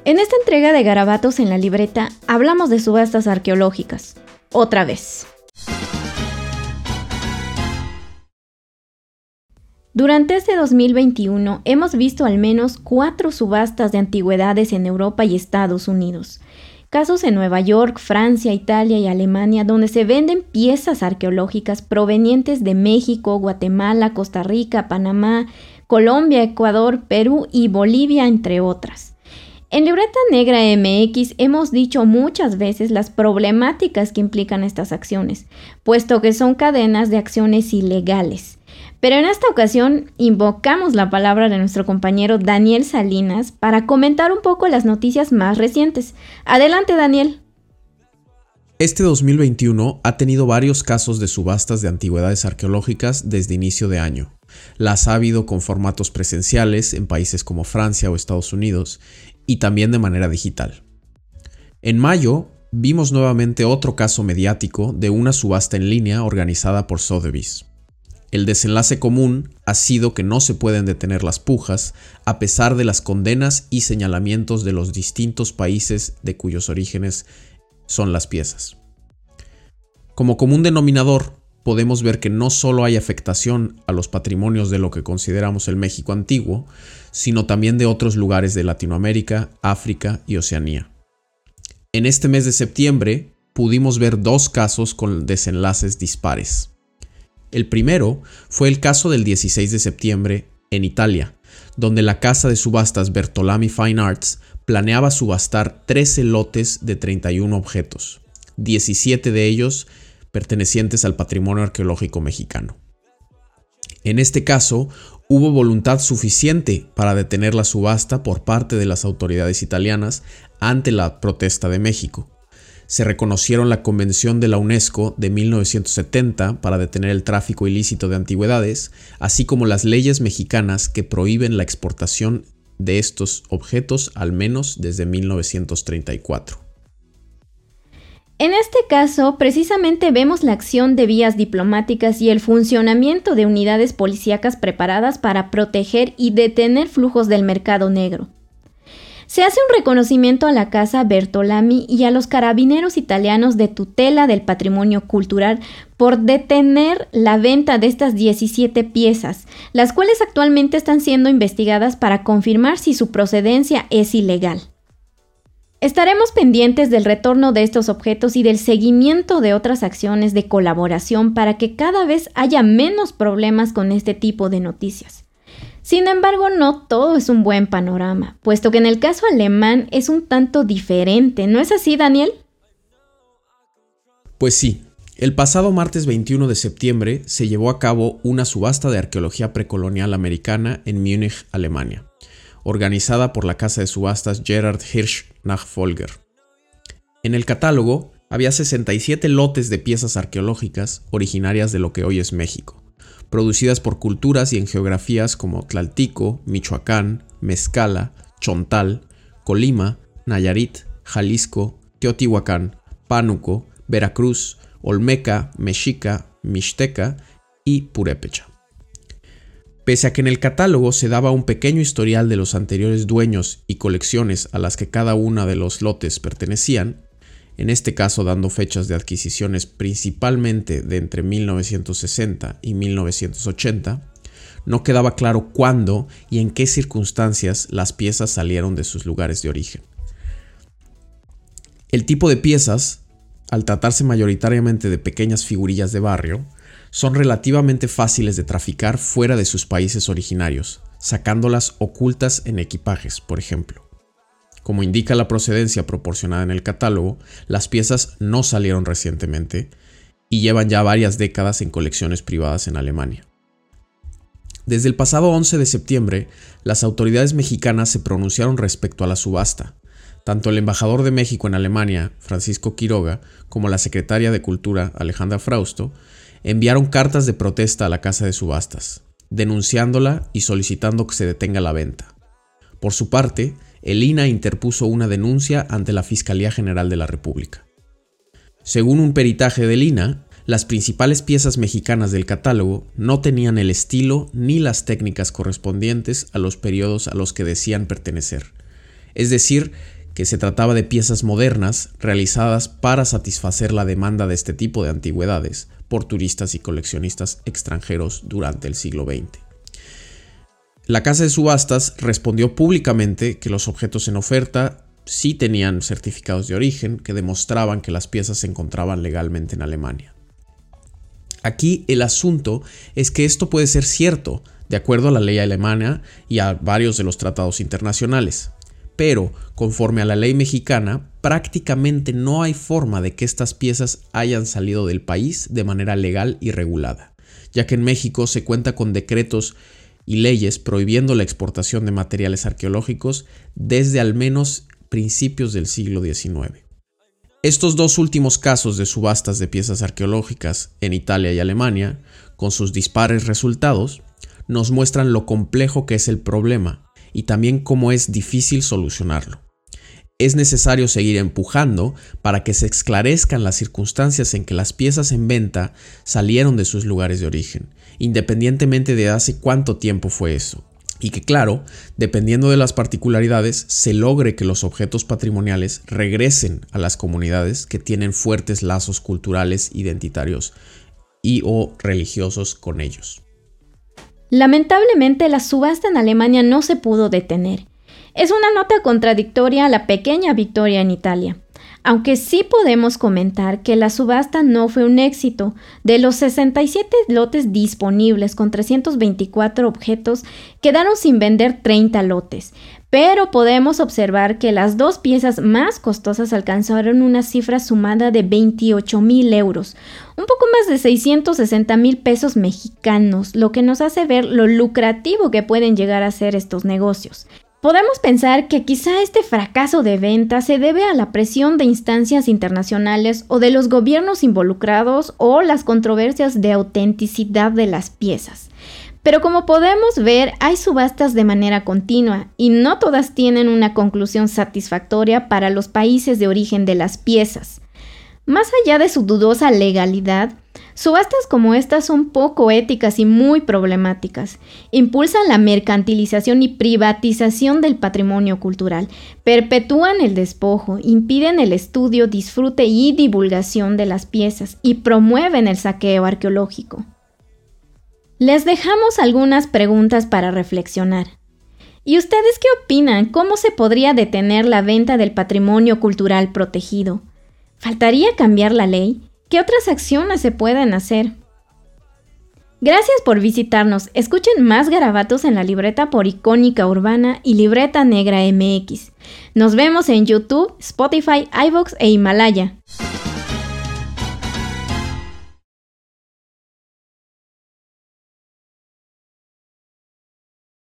En esta entrega de Garabatos en la libreta hablamos de subastas arqueológicas. Otra vez. Durante este 2021 hemos visto al menos 4 subastas de antigüedades en Europa y Estados Unidos. Casos en Nueva York, Francia, Italia y Alemania donde se venden piezas arqueológicas provenientes de México, Guatemala, Costa Rica, Panamá, Colombia, Ecuador, Perú y Bolivia, entre otras. En Libreta Negra MX hemos dicho muchas veces las problemáticas que implican estas acciones, puesto que son cadenas de acciones ilegales. Pero en esta ocasión invocamos la palabra de nuestro compañero Daniel Salinas para comentar un poco las noticias más recientes. Adelante, Daniel. Este 2021 ha tenido varios casos de subastas de antigüedades arqueológicas desde inicio de año. Las ha habido con formatos presenciales en países como Francia o Estados Unidos y también de manera digital. En mayo vimos nuevamente otro caso mediático de una subasta en línea organizada por Sotheby's. El desenlace común ha sido que no se pueden detener las pujas a pesar de las condenas y señalamientos de los distintos países de cuyos orígenes son las piezas. Como común denominador, podemos ver que no solo hay afectación a los patrimonios de lo que consideramos el México antiguo, sino también de otros lugares de Latinoamérica, África y Oceanía. En este mes de septiembre pudimos ver 2 casos con desenlaces dispares. El primero fue el caso del 16 de septiembre en Italia, donde la casa de subastas Bertolami Fine Arts planeaba subastar 13 lotes de 31 objetos, 17 de ellos pertenecientes al patrimonio arqueológico mexicano. En este caso, hubo voluntad suficiente para detener la subasta por parte de las autoridades italianas ante la protesta de México. Se reconocieron la Convención de la UNESCO de 1970 para detener el tráfico ilícito de antigüedades, así como las leyes mexicanas que prohíben la exportación de estos objetos al menos desde 1934. En este caso, precisamente vemos la acción de vías diplomáticas y el funcionamiento de unidades policíacas preparadas para proteger y detener flujos del mercado negro. Se hace un reconocimiento a la Casa Bertolami y a los carabineros italianos de tutela del patrimonio cultural por detener la venta de estas 17 piezas, las cuales actualmente están siendo investigadas para confirmar si su procedencia es ilegal. Estaremos pendientes del retorno de estos objetos y del seguimiento de otras acciones de colaboración para que cada vez haya menos problemas con este tipo de noticias. Sin embargo, no todo es un buen panorama, puesto que en el caso alemán es un tanto diferente, ¿no es así, Daniel? Pues sí, el pasado martes 21 de septiembre se llevó a cabo una subasta de arqueología precolonial americana en Múnich, Alemania, organizada por la casa de subastas Gerhard Hirsch Nachfolger. En el catálogo había 67 lotes de piezas arqueológicas originarias de lo que hoy es México, producidas por culturas y en geografías como Tlaltico, Michoacán, Mezcala, Chontal, Colima, Nayarit, Jalisco, Teotihuacán, Pánuco, Veracruz, Olmeca, Mexica, Mixteca y Purépecha. Pese a que en el catálogo se daba un pequeño historial de los anteriores dueños y colecciones a las que cada uno de los lotes pertenecían, en este caso dando fechas de adquisiciones principalmente de entre 1960 y 1980, no quedaba claro cuándo y en qué circunstancias las piezas salieron de sus lugares de origen. El tipo de piezas, al tratarse mayoritariamente de pequeñas figurillas de barrio, son relativamente fáciles de traficar fuera de sus países originarios, sacándolas ocultas en equipajes, por ejemplo. Como indica la procedencia proporcionada en el catálogo, las piezas no salieron recientemente y llevan ya varias décadas en colecciones privadas en Alemania. Desde el pasado 11 de septiembre, las autoridades mexicanas se pronunciaron respecto a la subasta. Tanto el embajador de México en Alemania, Francisco Quiroga, como la secretaria de Cultura, Alejandra Frausto, enviaron cartas de protesta a la casa de subastas, denunciándola y solicitando que se detenga la venta. Por su parte, el INAH interpuso una denuncia ante la Fiscalía General de la República. Según un peritaje del INAH, las principales piezas mexicanas del catálogo no tenían el estilo ni las técnicas correspondientes a los periodos a los que decían pertenecer. es decir, que se trataba de piezas modernas realizadas para satisfacer la demanda de este tipo de antigüedades por turistas y coleccionistas extranjeros durante el siglo XX. La casa de subastas respondió públicamente que los objetos en oferta sí tenían certificados de origen que demostraban que las piezas se encontraban legalmente en Alemania. Aquí el asunto es que esto puede ser cierto, de acuerdo a la ley alemana y a varios de los tratados internacionales. Pero, conforme a la ley mexicana, prácticamente no hay forma de que estas piezas hayan salido del país de manera legal y regulada, ya que en México se cuenta con decretos y leyes prohibiendo la exportación de materiales arqueológicos desde al menos principios del siglo XIX. Estos dos últimos casos de subastas de piezas arqueológicas en Italia y Alemania, con sus dispares resultados, nos muestran lo complejo que es el problema y también cómo es difícil solucionarlo. Es necesario seguir empujando para que se esclarezcan las circunstancias en que las piezas en venta salieron de sus lugares de origen, independientemente de hace cuánto tiempo fue eso. Y que claro, dependiendo de las particularidades, se logre que los objetos patrimoniales regresen a las comunidades que tienen fuertes lazos culturales, identitarios y o religiosos con ellos. Lamentablemente, la subasta en Alemania no se pudo detener. Es una nota contradictoria a la pequeña victoria en Italia, aunque sí podemos comentar que la subasta no fue un éxito. De los 67 lotes disponibles con 324 objetos, quedaron sin vender 30 lotes, pero podemos observar que las dos piezas más costosas alcanzaron una cifra sumada de 28,000 euros, un poco más de 660,000 pesos mexicanos, lo que nos hace ver lo lucrativo que pueden llegar a ser estos negocios. Podemos pensar que quizá este fracaso de venta se debe a la presión de instancias internacionales o de los gobiernos involucrados o las controversias de autenticidad de las piezas. Pero como podemos ver, hay subastas de manera continua y no todas tienen una conclusión satisfactoria para los países de origen de las piezas. Más allá de su dudosa legalidad, subastas como estas son poco éticas y muy problemáticas. Impulsan la mercantilización y privatización del patrimonio cultural, perpetúan el despojo, impiden el estudio, disfrute y divulgación de las piezas y promueven el saqueo arqueológico. Les dejamos algunas preguntas para reflexionar. ¿Y ustedes qué opinan? ¿Cómo se podría detener la venta del patrimonio cultural protegido? ¿Faltaría cambiar la ley? ¿Qué otras acciones se pueden hacer? Gracias por visitarnos. Escuchen más garabatos en la libreta por Icónica Urbana y Libreta Negra MX. Nos vemos en YouTube, Spotify, iVoox e Himalaya.